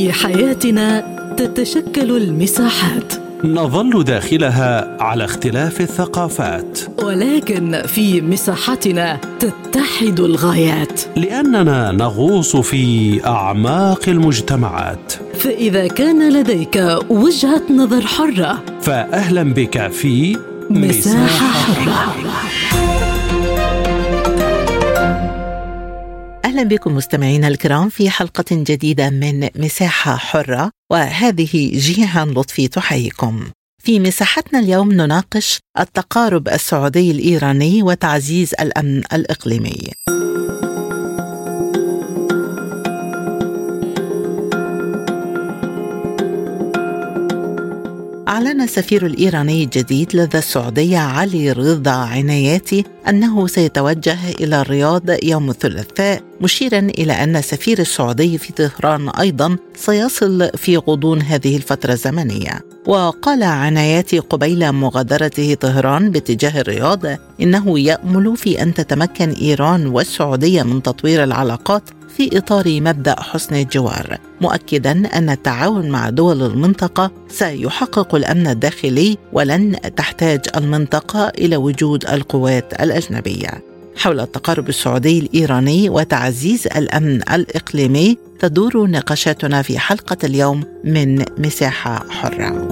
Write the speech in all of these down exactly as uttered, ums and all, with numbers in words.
في حياتنا تتشكل المساحات، نظل داخلها على اختلاف الثقافات، ولكن في مساحتنا تتحد الغايات، لأننا نغوص في أعماق المجتمعات. فإذا كان لديك وجهة نظر حرة، فأهلا بك في مساحة حرة. أهلا بكم مستمعينا الكرام في حلقة جديدة من مساحة حرة، وهذه جيهان لطفي تحييكم. في مساحتنا اليوم نناقش التقارب السعودي الإيراني وتعزيز الأمن الإقليمي. أعلن السفير الإيراني الجديد لدى السعودية علي رضا عناياتي أنه سيتوجه إلى الرياض يوم الثلاثاء، مشيرا إلى أن السفير السعودي في طهران أيضا سيصل في غضون هذه الفترة الزمنية. وقال عناياتي قبيل مغادرته طهران باتجاه الرياض إنه يأمل في أن تتمكن إيران والسعودية من تطوير العلاقات في إطار مبدأ حسن الجوار، مؤكدا أن التعاون مع دول المنطقة سيحقق الأمن الداخلي ولن تحتاج المنطقة إلى وجود القوات الأجنبية. حول التقارب السعودي الإيراني وتعزيز الأمن الإقليمي تدور نقاشاتنا في حلقة اليوم من مساحة حرة.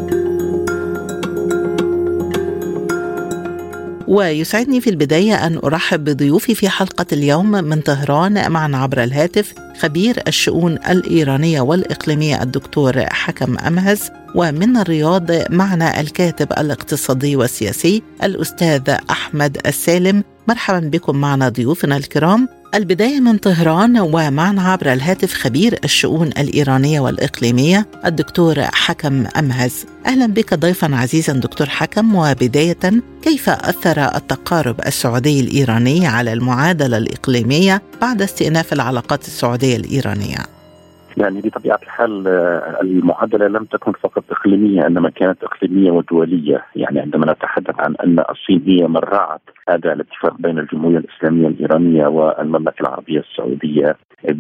ويسعدني في البداية أن أرحب بضيوفي في حلقة اليوم من طهران معنا عبر الهاتف خبير الشؤون الإيرانية والإقليمية الدكتور حكم أمهز، ومن الرياض معنا الكاتب الاقتصادي والسياسي الأستاذ أحمد السالم. مرحبا بكم معنا ضيوفنا الكرام. البداية من طهران ومعنا عبر الهاتف خبير الشؤون الإيرانية والإقليمية الدكتور حكم أمهز. أهلا بك ضيفا عزيزا دكتور حكم. وبداية، كيف أثر التقارب السعودي الإيراني على المعادلة الإقليمية بعد استئناف العلاقات السعودية الإيرانية؟ يعني بطبيعة الحال المعادلة لم تكن فقط إقليمية، إنما كانت إقليمية ودولية. يعني عندما نتحدث عن أن الصين هي من راعت هذا الاتفاق بين الجمهورية الإسلامية الإيرانية والمملكة العربية السعودية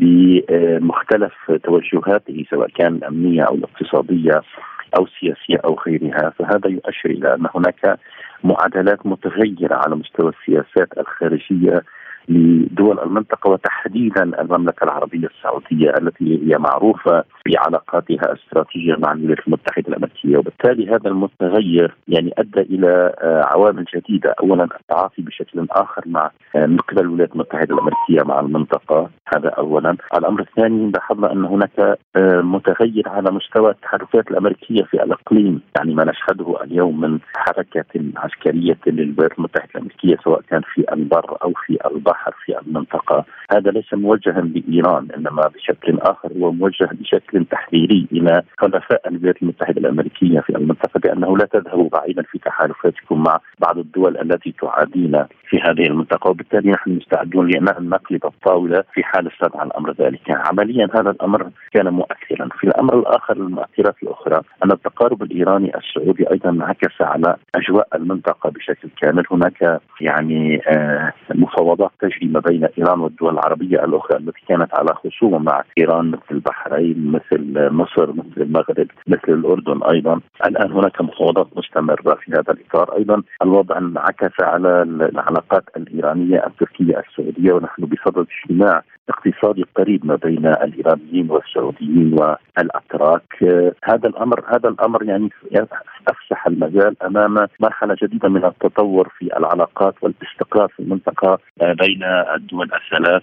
بمختلف توجهاته سواء كان الأمنية أو الاقتصادية أو السياسية أو غيرها، فهذا يؤشر إلى أن هناك معادلات متغيرة على مستوى السياسات الخارجية لدول المنطقة وتحديدا المملكة العربية السعودية التي هي معروفة بعلاقاتها الاستراتيجية مع الولايات المتحدة الأمريكية. وبالتالي هذا المتغير يعني أدى إلى عوامل جديدة. أولا التعاطي بشكل آخر مع من قبل الولايات المتحدة الأمريكية مع المنطقة، هذا أولا. الأمر الثاني لاحظنا أن هناك متغير على مستوى التحالفات الأمريكية في الإقليم، يعني ما نشهده اليوم من حركة عسكرية للولايات المتحدة الأمريكية سواء كان في البر أو في البحر في المنطقة، هذا ليس موجها لإيران إنما بشكل آخر هو موجه بشكل تحذيري إلى حلفاء الولايات المتحدة الأمريكية في المنطقة بأنه لا تذهبوا بعيدا في تحالفاتكم مع بعض الدول التي تعادينا في هذه المنطقة، وبالتالي نحن مستعدون لأن نقلب الطاولة في حال استدعى الأمر ذلك. عمليا هذا الأمر كان مؤثرا. في الأمر الآخر المؤثرات الأخرى أن التقارب الإيراني السعودي أيضا انعكس على أجواء المنطقة بشكل كامل. هناك يعني آه مفاوضات تجري ما بين إيران والدول العربية الأخرى التي كانت على خصومة مع إيران مثل البحرين مثل مصر مثل المغرب مثل الأردن أيضا. الآن هناك مفاوضات مستمرة في هذا الإطار. أيضا الوضع انعكس على العلاقات الإيرانية التركية السعودية، ونحن بصدد اجتماع اقتصادي قريب ما بين الإيرانيين والسعوديين والأتراك. هذا الأمر هذا الأمر يعني أفسح المجال أمام مرحلة جديدة من التطور في العلاقات والاستقرار في المنطقة بين الدول الثلاث.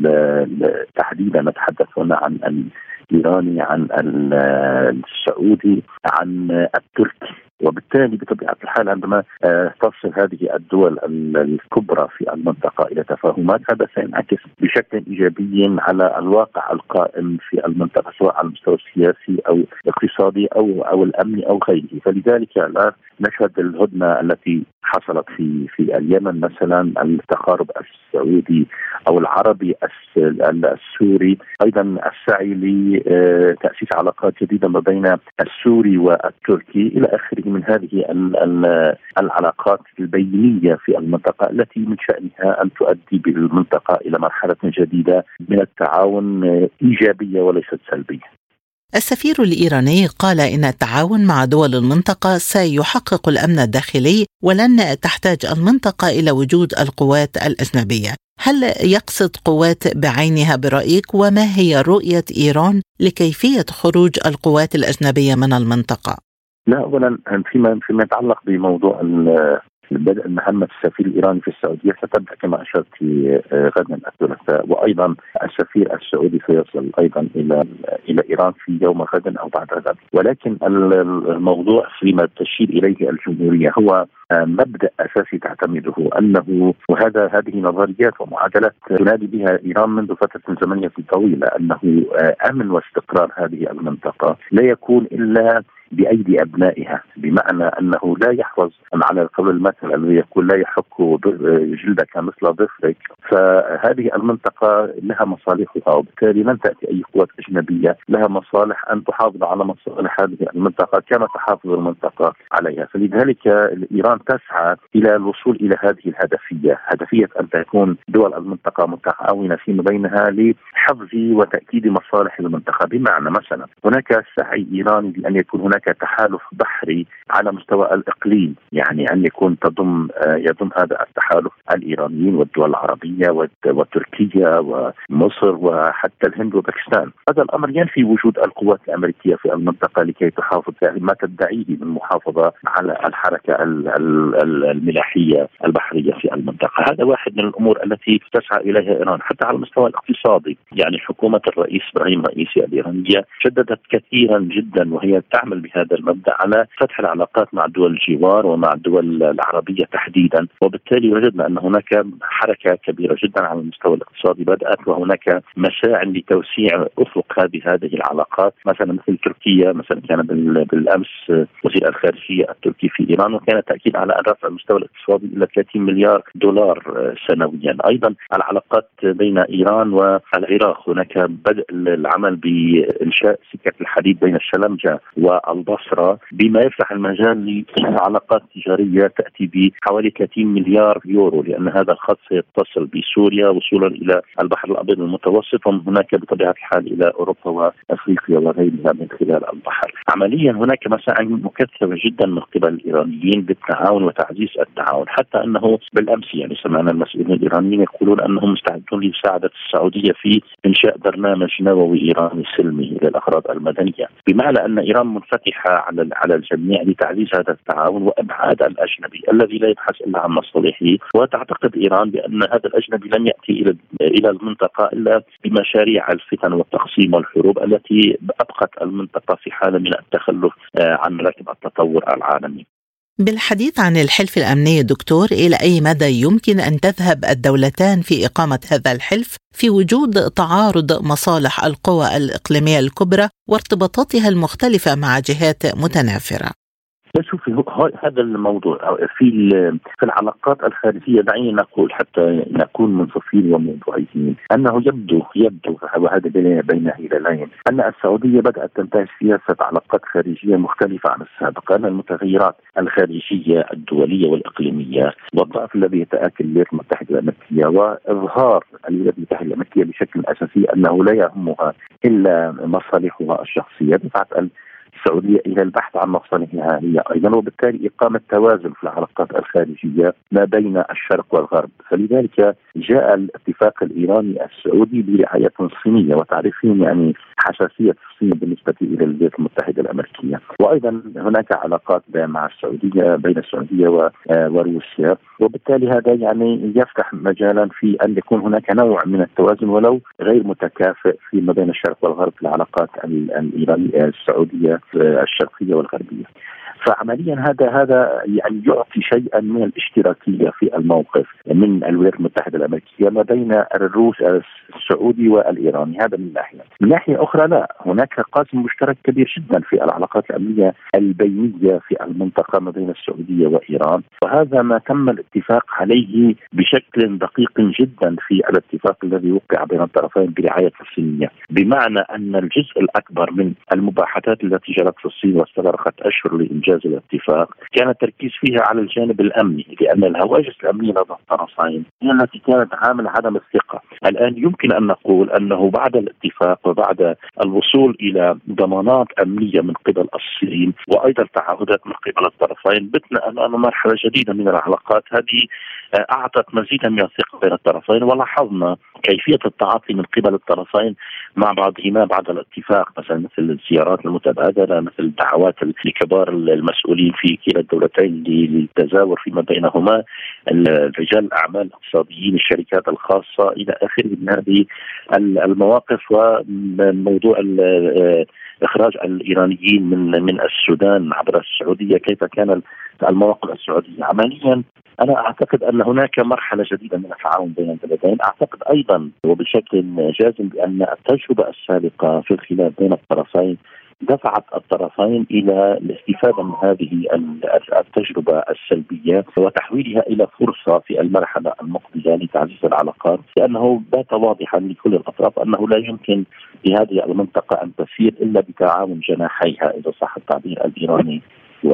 تحديدا نتحدث هنا عن الإيراني عن السعودي عن التركي، وبالتالي بطبيعة الحال عندما تصل هذه الدول الكبرى في المنطقة إلى تفاهمات هذا سينعكس بشكل إيجابي على الواقع القائم في المنطقة سواء على المستوى السياسي أو الاقتصادي أو أو الأمني أو غيره. فلذلك الآن نشهد الهدنة التي حصلت في في اليمن مثلا، التقارب السعودي أو العربي السوري، أيضا السعي لتأسيس علاقات جديدة ما بين السوري والتركي إلى آخره من هذه العلاقات البينية في المنطقة التي من شأنها أن تؤدي بالمنطقة إلى مرحلة جديدة من التعاون إيجابية وليست سلبية. السفير الإيراني قال إن التعاون مع دول المنطقة سيحقق الأمن الداخلي ولن تحتاج المنطقة إلى وجود القوات الأجنبية. هل يقصد قوات بعينها برأيك؟ وما هي رؤية إيران لكيفية خروج القوات الأجنبية من المنطقة؟ لا، أولا فيما فيما يتعلق بموضوع بدء مهمة السفير الإيراني في السعودية ستبدأ كما أشرت غدا الثلاثاء، وأيضا السفير السعودي سيصل أيضا إلى إلى إيران في يوم غد أو بعد غد. ولكن الموضوع فيما تشير إليه الجمهورية هو مبدأ أساسي تعتمده أنه، وهذا هذه نظريات ومعادلات تنادي بها إيران منذ فترة زمنية طويلة، أنه أمن واستقرار هذه المنطقة لا يكون إلا بأيدي أبنائها، بمعنى أنه لا يحفظ على قول المثل الذي يقول لا يحك جلدك مثل ظفرك. فهذه المنطقة لها مصالحها، وبالتالي لن تأتي أي قوة أجنبية لها مصالح أن تحافظ على مصالح هذه المنطقة كما تحافظ المنطقة عليها. فلذلك إيران تسعى إلى الوصول إلى هذه الهدفية، هدفية أن تكون دول المنطقة متعاونة فيما بينها لحفظ وتأكيد مصالح المنطقة. بمعنى مثلا هناك سعي إيراني بأن يكون هناك تحالف بحري على مستوى الإقليم، يعني أن يكون تضم يضم هذا التحالف الإيرانيين والدول العربية وتركيا ومصر وحتى الهند وباكستان. هذا الأمر ينفي وجود القوات الأمريكية في المنطقة لكي تحافظ يعني ما تدعيه من محافظة على الحركة الملاحية البحرية في المنطقة. هذا واحد من الأمور التي تسعى إليها إيران. حتى على المستوى الاقتصادي، يعني حكومة الرئيس إبراهيم رئيسي الإيرانية شددت كثيرا جدا وهي تعمل بهذا المبدأ على فتح العلاقات مع دول الجوار ومع الدول العربية تحديدا، وبالتالي وجدنا أن هناك حركة كبيرة جدا على المستوى الاقتصادي بدأت، وهناك مساعي لتوسيع أفق هذه هذه العلاقات. مثلا مثل تركيا، مثلا كان بالأمس وزير الخارجية التركي في إيران، وكان تأكيد على أن رفع المستوى الاقتصادي إلى ثلاثين مليار دولار سنويا. أيضا العلاقات بين إيران والعراق، هناك بدء العمل بإنشاء سكة الحديد بين الشلمجة والبصرة، بما يفتح المجال لعلاقات تجارية تأتي بحوالي ثلاثين مليار يورو، لأن هذا الخط سيتصل بسوريا وصولا إلى البحر الأبيض المتوسط، ومن هناك بطبيعة الحال إلى أوروبا وأفريقيا وغيرها من خلال البحر. عمليا هناك مساعي مكثفة جدا من قبل الإيرانيين بالتعاون وتعزيز التعاون، حتى أنه بالأمس يعني سمعنا المسؤولين الإيرانيين يقولون أنهم مستعدون لمساعدة السعودية في إنشاء برنامج نووي إيراني سلمي للأغراض المدنية، بمعنى أن إيران منفتحة على على الجميع لتعزيز هذا التعاون وإبعاد الأجنبي الذي لا يبحث إلا عن مصالحه. وتعتقد إيران بأن هذا الأجنبي لن يأتي إلى إلى المنطقة إلا بمشاريع الفتن والتقسيم والحروب التي أبقت المنطقة في حالة من التخلف عن ركب التطور العالمي. بالحديث عن الحلف الأمني دكتور، إلى أي مدى يمكن أن تذهب الدولتان في إقامة هذا الحلف في وجود تعارض مصالح القوى الإقليمية الكبرى وارتباطاتها المختلفة مع جهات متنافرة؟ شوفي، هذا الموضوع في في العلاقات الخارجية، دعينا نقول حتى نكون منصفين وموضوعيين أنه يبدو يبدو وهذا بين هلالين أن السعودية بدأت تنتهج سياسة علاقات خارجية مختلفة عن السابق، أن المتغيرات الخارجية الدولية والإقليمية والضعف الذي يتآكل الولايات المتحدة الأمريكية وإظهار الولايات المتحدة الأمريكية بشكل أساسي أنه لا يهمها إلا مصالحها الشخصية، دفعت السعودية إلى البحث عن مصالحها هي أيضا، وبالتالي إقامة توازن في العلاقات الخارجية ما بين الشرق والغرب. فلذلك جاء الاتفاق الإيراني السعودي برعاية صينية، وتعرفين يعني حساسية الصين بالنسبة إلى الولايات المتحدة الأمريكية. وأيضا هناك علاقات مع السعودية بين السعودية وروسيا، وبالتالي هذا يعني يفتح مجالا في أن يكون هناك نوع من التوازن ولو غير متكافئ فيما بين الشرق والغرب في العلاقات الإيرانية السعودية الشرقية والغربية. فعمليا هذا هذا يعني يعطي شيئا من الاشتراكية في الموقف من الولايات المتحدة الأمريكية ما بين الروس السعودي والإيراني. هذا من ناحية. من ناحية أخرى لا، هناك قاسم مشترك كبير جدا في العلاقات الأمنية البينية في المنطقة ما بين السعودية وإيران، وهذا ما تم الاتفاق عليه بشكل دقيق جدا في الاتفاق الذي وقع بين الطرفين برعاية الصينية، بمعنى أن الجزء الأكبر من المباحثات التي جرت في الصين واستغرقت أشهر لإنجاز إنجاز الاتفاق كان التركيز فيها على الجانب الأمني، لأن الهواجس الأمنية لدى الطرفين هي التي كانت عامل عدم الثقة. الآن يمكن أن نقول أنه بعد الاتفاق وبعد الوصول إلى ضمانات أمنية من قبل الصين وأيضا تعهدات من قبل الطرفين، بتنا أمام مرحلة جديدة من العلاقات. هذه أعطت مزيدا من الثقة بين الطرفين، ولاحظنا كيفية التعاطي من قبل الطرفين مع بعضهما بعد الاتفاق، مثلا مثل الزيارات المتبادلة، مثل دعوات لكبار المسؤولين في كلا الدولتين للتزاور فيما بينهما، رجال الأعمال الاقتصاديين، الشركات الخاصة إلى آخره من هذه المواقف. وموضوع إخراج الإيرانيين من من السودان عبر السعودية، كيف كان المواقف السعودية عمليا. أنا أعتقد أن هناك مرحلة جديدة من التعاون بين البلدين. أعتقد أيضا وبشكل جازم بأن التجربة السابقة في الخلاف بين الطرفين دفعت الطرفين إلى الاستفادة من هذه التجربة السلبية وتحويلها إلى فرصة في المرحلة المقبلة لتعزيز العلاقات، لأنه بات واضحا لكل الأطراف أنه لا يمكن لهذه المنطقة أن تسير إلا بتعاون جناحيها إذا صح التعبير الإيراني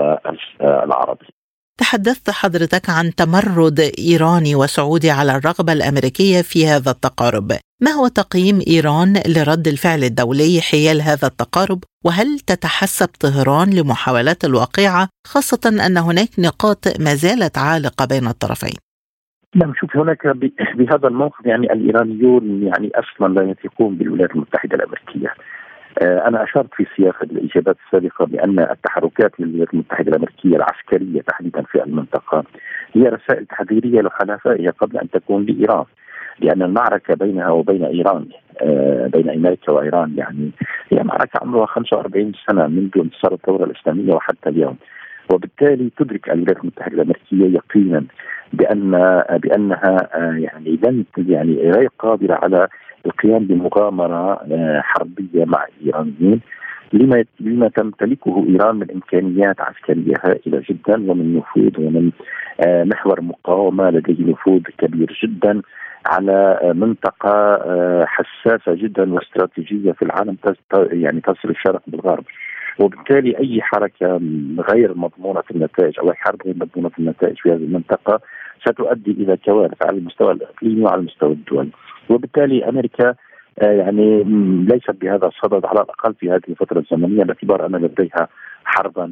والعربي. تحدثت حضرتك عن تمرد إيراني وسعودي على الرغبة الأمريكية في هذا التقارب. ما هو تقييم إيران لرد الفعل الدولي حيال هذا التقارب؟ وهل تتحسب طهران لمحاولات الواقعة، خاصة أن هناك نقاط ما زالت عالقة بين الطرفين؟ نعم، شوف، هناك بهذا الموقف يعني الإيرانيون يعني أصلا لا يثقون بالولايات المتحدة الأمريكية. أنا أشرت في سياق الإجابات السابقة بأن التحركات للولايات المتحدة الأمريكية العسكرية تحديدا في المنطقة هي رسائل تحذيرية لحلفائها قبل أن تكون لإيران، لأن المعركة بينها وبين إيران بين أمريكا وإيران يعني هي معركة عمرها خمسة وأربعين سنة منذ انتصار الثورة الإسلامية وحتى اليوم. وبالتالي تدرك الولايات المتحدة الأمريكية يقينا بأن بأنها يعني لن يعني غير قادرة على القيام بمغامرة حربية مع الإيرانيين لما لما تمتلكه إيران من إمكانيات عسكرية هائلة جدا ومن نفوذ ومن محور مقاومة لديه نفوذ كبير جدا على منطقة حساسة جدا واستراتيجية في العالم، يعني تصل الشرق بالغرب. وبالتالي أي حركة غير مضمونة النتائج أو أي حرب غير مضمونة النتائج في هذه المنطقة ستؤدي إلى كوارث على المستوى الإقليمي وعلى المستوى الدولي. وبالتالي أمريكا يعني ليست بهذا الصدد على الأقل في هذه الفترة الزمنية، باعتبار أن لديها حربا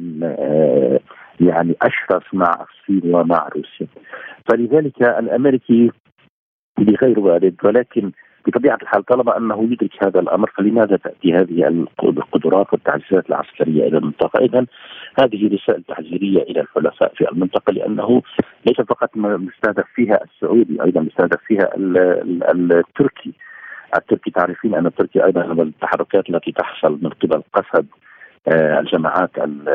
يعني أشرس مع الصين ومع روسيا. فلذلك الأمريكي بغير وارد، ولكن بطبيعة الحال طالما أنه يدرك هذا الأمر فلماذا تأتي هذه القدرات والتعزيزات العسكرية إلى المنطقة؟ إذن هذه رسائل تحذيرية إلى الحلفاء في المنطقة، لأنه ليس فقط مستهدف فيها السعودي، أيضا مستهدف فيها التركي. التركي تعرفين أن التركي أيضا التحركات التي تحصل من قبل قسد الجماعات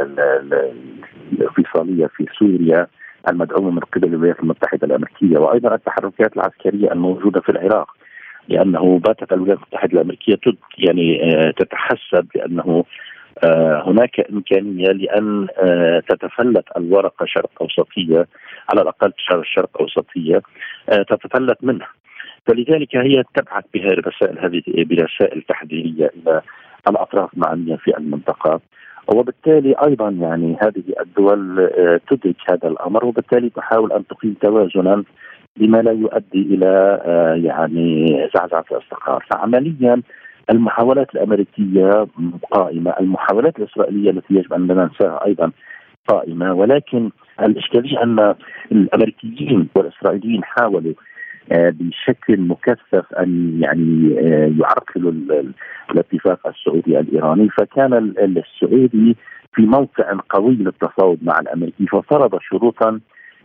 الانفصالية في سوريا المدعومة من قبل الولايات المتحدة الأمريكية، وأيضا التحركات العسكرية الموجودة في العراق، لأنه باتت الولايات المتحدة الأمريكية يعني تتحسب بأنه هناك إمكانية لأن تتفلت الورقة شرق أوسطية، على الأقل الشرق أوسطية تتفلت منها. فلذلك هي تبعث بهذه الرسائل هذه برسائل تحذيرية إلى الأطراف المعنية في المنطقة، وبالتالي أيضا يعني هذه الدول تدرك هذا الأمر، وبالتالي تحاول أن تقيم توازنا بما لا يؤدي إلى يعني زعزعة الاستقرار. فعمليا المحاولات الأمريكية قائمة، المحاولات الإسرائيلية التي يجب أن لا ننساها أيضا قائمة، ولكن الإشكالية أن الأمريكيين والإسرائيليين حاولوا بشكل مكثف أن يعني يعرقلوا الاتفاق السعودي الإيراني، فكان السعودي في موقع قوي للتفاوض مع الأمريكي، ففرض شروطا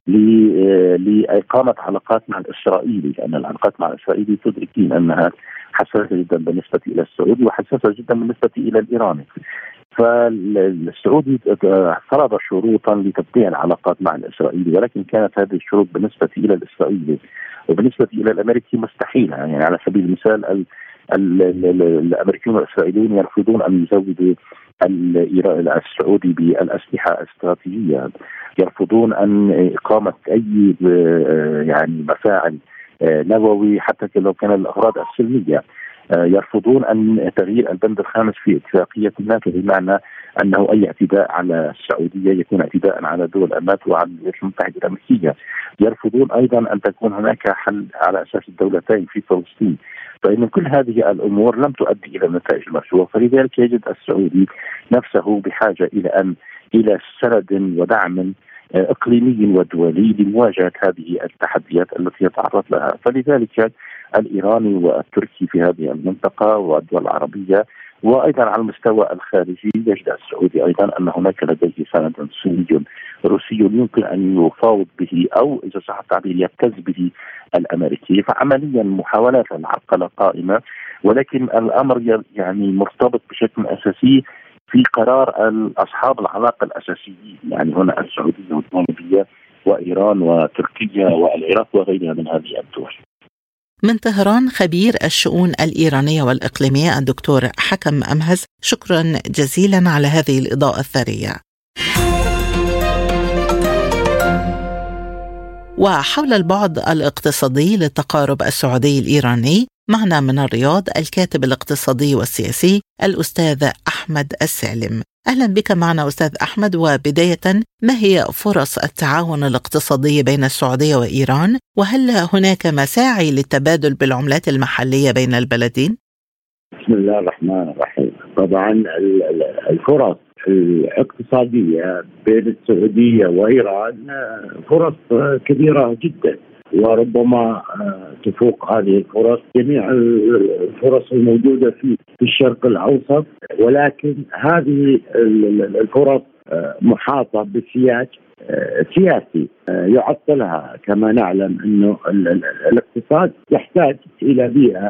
لإقامة علاقات مع الإسرائيلي، لأن العلاقات مع الإسرائيلي تدركين أنها حساسة جدا بالنسبة إلى السعودي وحساسة جدا بالنسبة إلى الإيراني. فالسعودي فرض شروطا لتبديع العلاقات مع الإسرائيلي، ولكن كانت هذه الشروط بالنسبة إلى الإسرائيلي وبالنسبة إلى الأمريكي مستحيلة. يعني على سبيل المثال ال ال ال الأمريكيون والإسرائيليين يرفضون أن يزودوا السعودي بالأسلحة الاستراتيجية، يرفضون أن إقامة أي يعني مفاعل نووي حتى لو كان الأغراض السلمية. يرفضون أن تغيير البند الخامس في اتفاقية الناتو، بمعنى أنه أي اعتداء على السعودية يكون اعتداء على دول الناتو وعلى الولايات المتحدة الأمريكية. يرفضون أيضا أن تكون هناك حل على أساس الدولتين في فلسطين. فإن كل هذه الأمور لم تؤدي إلى النتائج المرجوة، فلذلك يجد السعودي نفسه بحاجة إلى أن إلى سند ودعم إقليمي ودولي لمواجهة هذه التحديات التي يتعرض لها. فلذلك الإيراني والتركي في هذه المنطقة والدول العربية وأيضا على المستوى الخارجي يجد السعودي أيضا أن هناك لديه سند صيني روسي يمكن أن يفاوض به، أو إذا صح التعبير يبتز به الأمريكي. فعمليا محاولات العرقلة قائمة، ولكن الأمر يعني مرتبط بشكل أساسي في قرار أصحاب العلاقة الأساسيين، يعني هنا السعودية والأمريكية وإيران وتركيا والعراق وغيرها من هذه الدول. من طهران خبير الشؤون الإيرانية والإقليمية الدكتور حكم أمهز، شكرا جزيلا على هذه الإضاءة الثرية. وحول البعد الاقتصادي للتقارب السعودي الإيراني، معنا من الرياض الكاتب الاقتصادي والسياسي الأستاذ أحمد السالم. أهلا بك معنا أستاذ أحمد. وبداية، ما هي فرص التعاون الاقتصادي بين السعودية وإيران؟ وهل هناك مساعي للتبادل بالعملات المحلية بين البلدين؟ بسم الله الرحمن الرحيم. طبعا الفرص الاقتصادية بين السعودية وإيران فرص كبيرة جدا، وربما تفوق هذه الفرص جميع الفرص الموجودة في الشرق الأوسط، ولكن هذه الفرص محاطة بسياج سياسي يعطلها. كما نعلم أنه الاقتصاد يحتاج إلى بيئة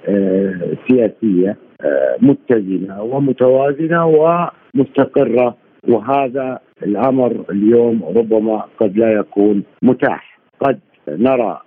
سياسية متزنة ومتوازنة ومستقرة، وهذا الأمر اليوم ربما قد لا يكون متاح. قد نرى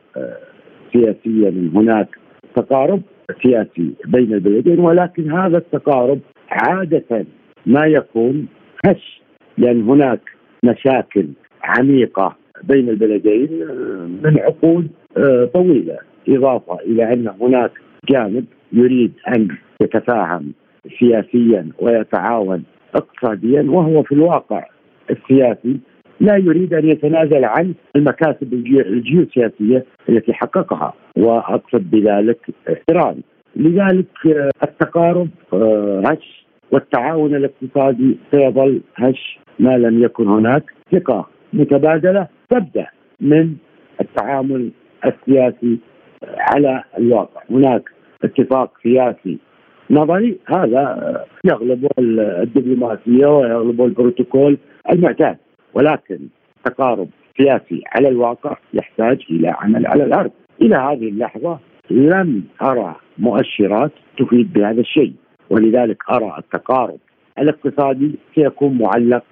سياسيا هناك تقارب سياسي بين البلدين، ولكن هذا التقارب عادة ما يكون هش، لأن هناك مشاكل عميقة بين البلدين من عقود طويلة، إضافة إلى أن هناك جانب يريد أن يتفاهم سياسيا ويتعاون اقتصاديا، وهو في الواقع السياسي لا يريد أن يتنازل عن المكاسب الجيوسياسية التي حققها، وأقصد بذلك إيران. لذلك التقارب هش، والتعاون الاقتصادي سيظل هش ما لم يكن هناك ثقة متبادلة تبدأ من التعامل السياسي على الواقع. هناك اتفاق سياسي نظري، هذا يغلب الدبلوماسية ويغلب البروتوكول المعتاد، ولكن تقارب سياسي على الواقع يحتاج إلى عمل على الأرض. إلى هذه اللحظة لم أرى مؤشرات تفيد بهذا الشيء، ولذلك أرى التقارب الاقتصادي سيكون معلق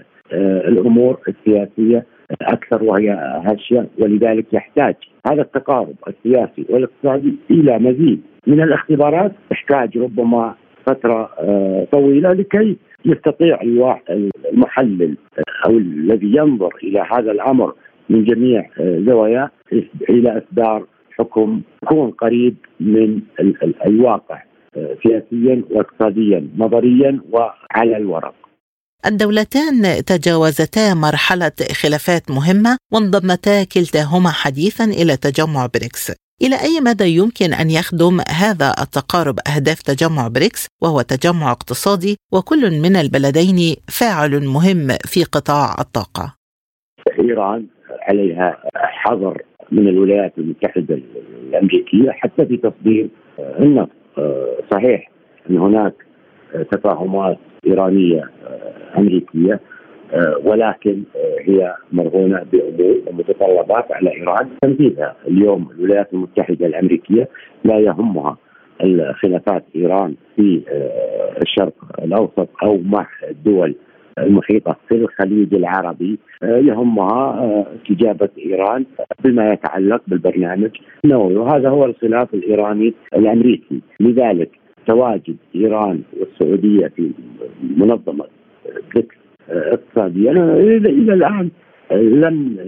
بالأمور السياسية أكثر وهي هشة، ولذلك يحتاج هذا التقارب السياسي والاقتصادي إلى مزيد من الاختبارات، يحتاج ربما فترة طويلة لكي يستطيع المحلل أو الذي ينظر إلى هذا الأمر من جميع زواياه إلى إصدار حكم يكون قريب من الواقع سياسيا واقتصاديا نظريا وعلى الورق. الدولتان تجاوزتا مرحلة خلافات مهمة وانضمتا كلتاهما حديثا إلى تجمع بريكس. إلى أي مدى يمكن أن يخدم هذا التقارب أهداف تجمع بريكس، وهو تجمع اقتصادي وكل من البلدين فاعل مهم في قطاع الطاقة؟ إيران عليها حظر من الولايات المتحدة الأمريكية حتى في تصدير النفط. صحيح أن هناك تفاهمات إيرانية أمريكية، ولكن هي مرهونة بأمور ومتطلبات على إيران تنفيذها. اليوم الولايات المتحدة الأمريكية لا يهمها الخلافات إيران في الشرق الأوسط أو مع الدول المحيطة في الخليج العربي، يهمها استجابة إيران بما يتعلق بالبرنامج النووي، وهذا هو الخلاف الإيراني الأمريكي. لذلك تواجد إيران والسعودية في منظمة بريكس اقتصاديا إلى الآن لم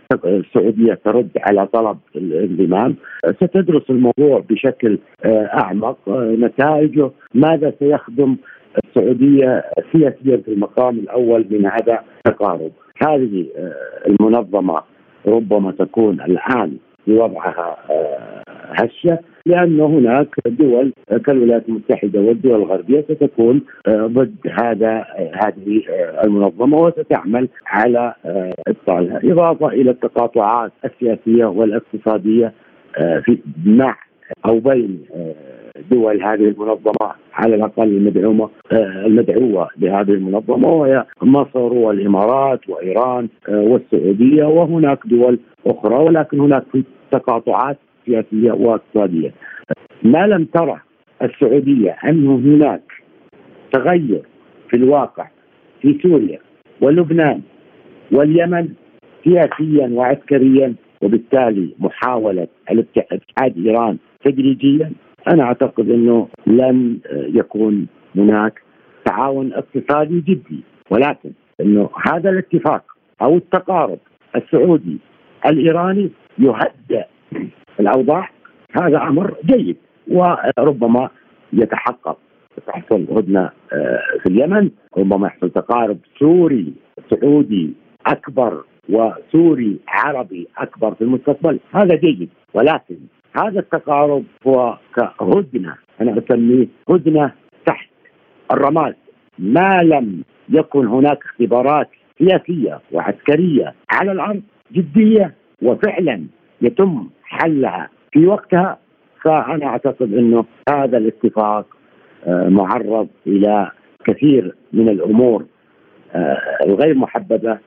السعودية ترد على طلب الانضمام، ستدرس الموضوع بشكل أعمق، نتائجه، ماذا سيخدم السعودية سياسيا في المقام الأول من هذا التقارب. هذه المنظمة ربما تكون الآن بوضعها هشة، لأن هناك دول كالولايات المتحدة والدول الغربية ستكون ضد هذا هذه المنظمة وستعمل على إبطالها، إضافة إلى التقاطعات السياسية والاقتصادية في مع أو بين دول هذه المنظمة، على الأقل المدعومة المدعوة بهذه المنظمة، وهي مصر والإمارات وإيران والسعودية، وهناك دول أخرى، ولكن هناك في تقاطعات سياسية واقتصادية. ما لم ترى السعودية أنه هناك تغير في الواقع في سوريا ولبنان واليمن سياسيا وعسكريا، وبالتالي محاولة ابتعاد إيران تدريجيا، أنا أعتقد أنه لن يكون هناك تعاون اقتصادي جدي، ولكن أنه هذا الاتفاق أو التقارب السعودي الإيراني يهدئ الأوضاع، هذا أمر جيد، وربما يتحقق، تحصل هدنة في اليمن، ربما يحصل تقارب سوري سعودي أكبر وسوري عربي أكبر في المستقبل، هذا جيد. ولكن هذا التقارب هو كهدنة، أنا أسميه هدنة تحت الرماد، ما لم يكن هناك اختبارات سياسية وعسكرية على الأرض جدية وفعلا يتم حلها في وقتها، فأنا أعتقد أنه هذا الاتفاق معرض إلى كثير من الأمور الغير محببة،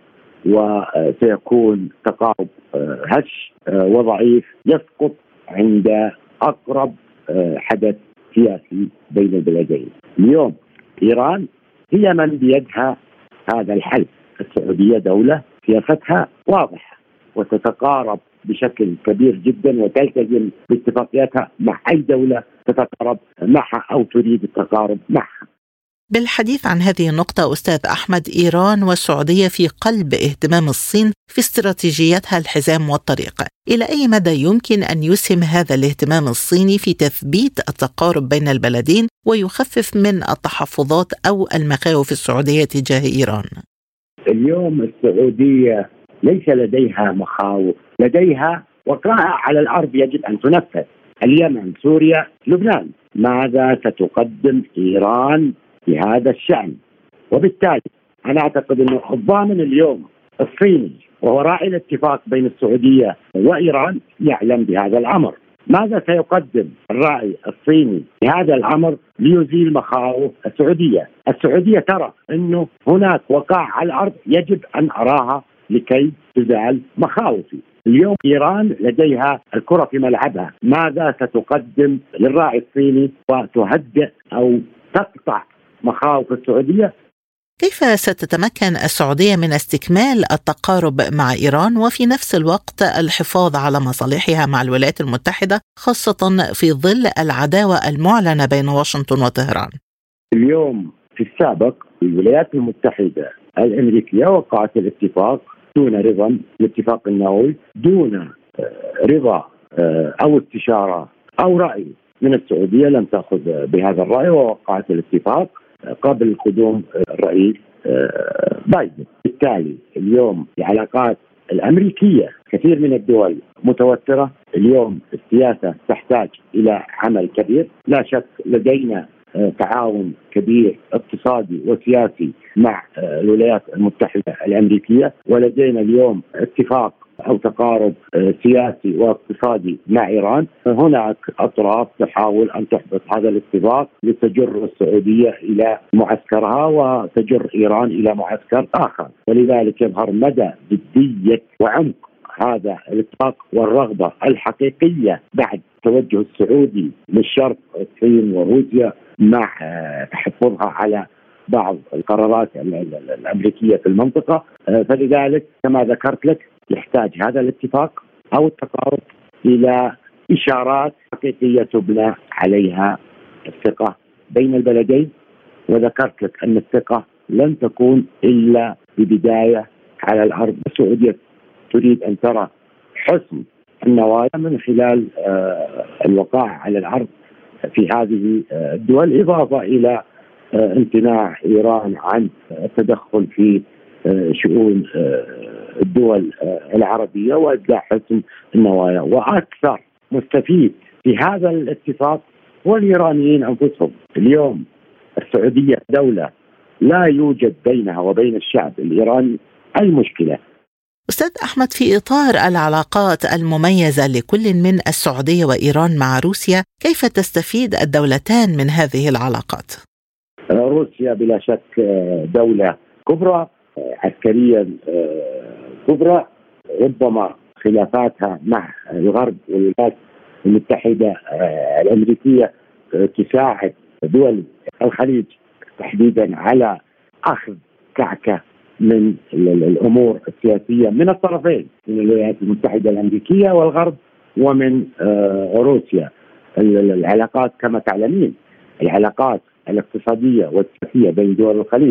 وسيكون تقارب هش وضعيف يسقط عند أقرب حدث سياسي بين البلدين. اليوم إيران هي من بيدها هذا الحل، السعودية دولة سياستها واضحة وتتقارب بشكل كبير جدا وتلتزم باتفاقياتها مع أي دولة تتقارب معها أو تريد التقارب معها. بالحديث عن هذه النقطة أستاذ أحمد، إيران والسعودية في قلب اهتمام الصين في استراتيجيتها الحزام والطريق، إلى أي مدى يمكن أن يسهم هذا الاهتمام الصيني في تثبيت التقارب بين البلدين ويخفف من التحفظات أو المخاوف السعودية تجاه إيران؟ اليوم السعودية ليس لديها مخاوف، لديها وقائع على الأرض يجب أن تنفذ. اليمن، سوريا، لبنان، ماذا ستقدم إيران في هذا الشأن؟ وبالتالي أنا أعتقد أنه الضامن اليوم الصيني وهو راعي الاتفاق بين السعودية وإيران يعلم بهذا الأمر. ماذا سيقدم الراعي الصيني بهذا الأمر ليزيل مخاوف السعودية؟ السعودية ترى أنه هناك وقائع على الأرض يجب أن أراها لكي تزال مخاوفي. اليوم إيران لديها الكرة في ملعبها، ماذا ستقدم للراعي الصيني وتهدئ أو تقطع مخاوف السعودية؟ كيف ستتمكن السعودية من استكمال التقارب مع إيران وفي نفس الوقت الحفاظ على مصالحها مع الولايات المتحدة، خاصة في ظل العداوة المعلنة بين واشنطن وطهران؟ اليوم في السابق الولايات المتحدة الأمريكية وقعت الاتفاق دون رضا، الاتفاق النووي دون رضا أو استشارة أو رأي من السعودية، لم تأخذ بهذا الرأي ووقعت الاتفاق قبل قدوم الرئيس بايدن. بالتالي اليوم العلاقات الأمريكية كثير من الدول متوترة، اليوم السياسة تحتاج إلى عمل كبير، لا شك لدينا تعاون كبير اقتصادي وسياسي مع الولايات المتحدة الأمريكية، ولدينا اليوم اتفاق أو تقارب سياسي واقتصادي مع إيران. هناك أطراف تحاول أن تحبط هذا الاتفاق لتجر السعودية إلى معسكرها وتجر إيران إلى معسكر آخر، ولذلك يظهر مدى جدية وعمق هذا الاتفاق والرغبة الحقيقية بعد توجه السعودي للشرق الصين وروسيا مع تحفظها على بعض القرارات الأمريكية في المنطقة. فلذلك كما ذكرت لك يحتاج هذا الاتفاق أو التقارب إلى إشارات حقيقية تبنى عليها الثقة بين البلدين، وذكرت لك أن الثقة لن تكون إلا ببداية على الأرض. السعودية تريد أن ترى حسم النوايا من خلال الوقائع على الأرض في هذه الدول، إضافة إلى امتناع إيران عن التدخل في شؤون الدول العربية وإبداع حسم النوايا. وأكثر مستفيد في هذا الاتفاق هو الإيرانيين أنفسهم. اليوم السعودية دولة لا يوجد بينها وبين الشعب الإيراني أي مشكلة. أستاذ أحمد، في إطار العلاقات المميزة لكل من السعودية وإيران مع روسيا، كيف تستفيد الدولتان من هذه العلاقات؟ روسيا بلا شك دولة كبرى عسكريا كبرى، ربما خلافاتها مع الغرب والولايات المتحدة الأمريكية تساعد دول الخليج تحديدا على أخذ كعكة من الأمور السياسية من الطرفين، من الولايات المتحدة الأمريكية والغرب ومن روسيا. العلاقات كما تعلمين، العلاقات الاقتصادية والسياسية بين دول الخليج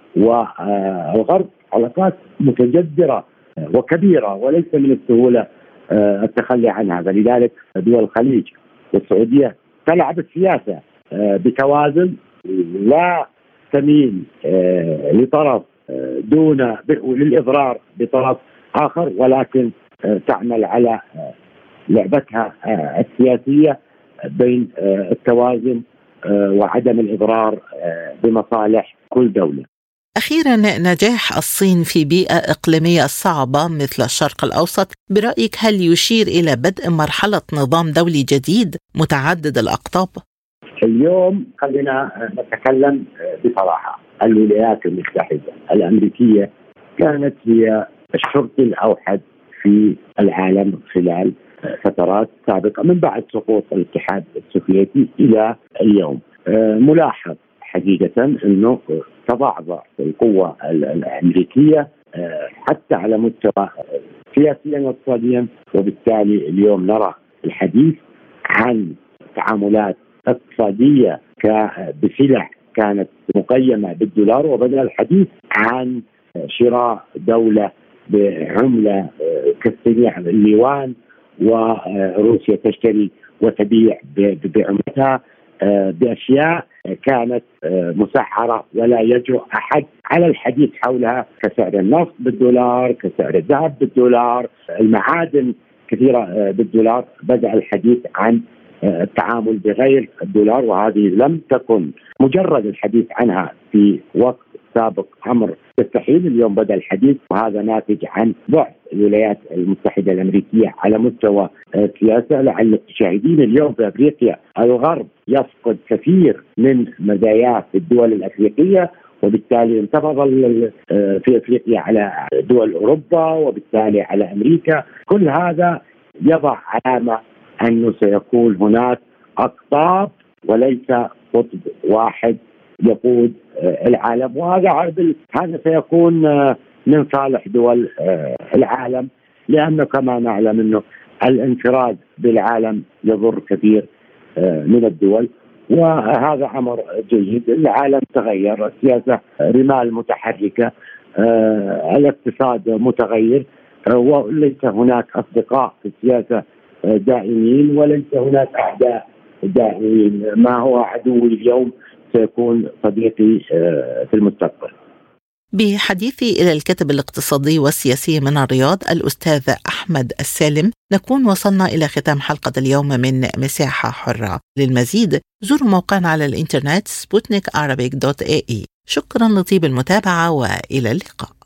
والغرب علاقات متجذرة وكبيرة، وليس من السهولة التخلي عنها. فلذلك دول الخليج والسعودية تلعب السياسة بتوازن، لا تميل لطرف دون للإضرار بطرف آخر، ولكن تعمل على لعبتها السياسية بين التوازن وعدم الإضرار بمصالح كل دولة. أخيرا، نجاح الصين في بيئة إقليمية صعبة مثل الشرق الأوسط برأيك هل يشير إلى بدء مرحلة نظام دولي جديد متعدد الأقطاب؟ اليوم خلينا نتكلم بصراحة، الولايات المتحدة الأمريكية كانت هي الشرطي الأوحد في العالم خلال فترات سابقة من بعد سقوط الاتحاد السوفيتي إلى اليوم. ملاحظ حقيقة أنه تضعضع القوة الأمريكية حتى على مستوى سياسيا واقتصاديا، وبالتالي اليوم نرى الحديث عن تعاملات اقتصادية بسلع كانت مقيمة بالدولار، وبدأ الحديث عن شراء دولة بعملة كالصينية اليوان، وروسيا تشتري وتبيع بعملتها بأشياء كانت مسعرة ولا يجرؤ أحد على الحديث حولها، كسعر النفط بالدولار، كسعر الذهب بالدولار، المعادن كثيرة بالدولار. بدأ الحديث عن التعامل بغير الدولار، وهذه لم تكن مجرد الحديث عنها في وقت سابق أمر يستحيل. اليوم بدأ الحديث، وهذا ناتج عن ضعف الولايات المتحدة الأمريكية على مستوى السياسة. لعل تشاهدين اليوم في أفريقيا الغرب يفقد كثير من مزاياه في الدول الأفريقية، وبالتالي انتفض في أفريقيا على دول أوروبا وبالتالي على أمريكا. كل هذا يضع علامة أنه سيكون هناك أقطاب وليس قطب واحد يقود العالم، وهذا هذا سيكون من صالح دول العالم، لأنه كما نعلم أنه الانفراد بالعالم يضر كثير من الدول، وهذا أمر جيد. العالم تغير، السياسة رمال متحركة، الاقتصاد متغير، وليس هناك أصدقاء في السياسة دائمين، وليس هناك أعداء دائمين. ما هو عدوي اليوم سيكون صديقي في المستقبل. بحديثي إلى الكاتب الاقتصادي والسياسي من الرياض الأستاذ أحمد السالم، نكون وصلنا إلى ختام حلقة اليوم من مساحة حرة. للمزيد زوروا موقعنا على الإنترنت سبوتنيك عربيك دوت اي اي. شكرا لطيب المتابعة وإلى اللقاء.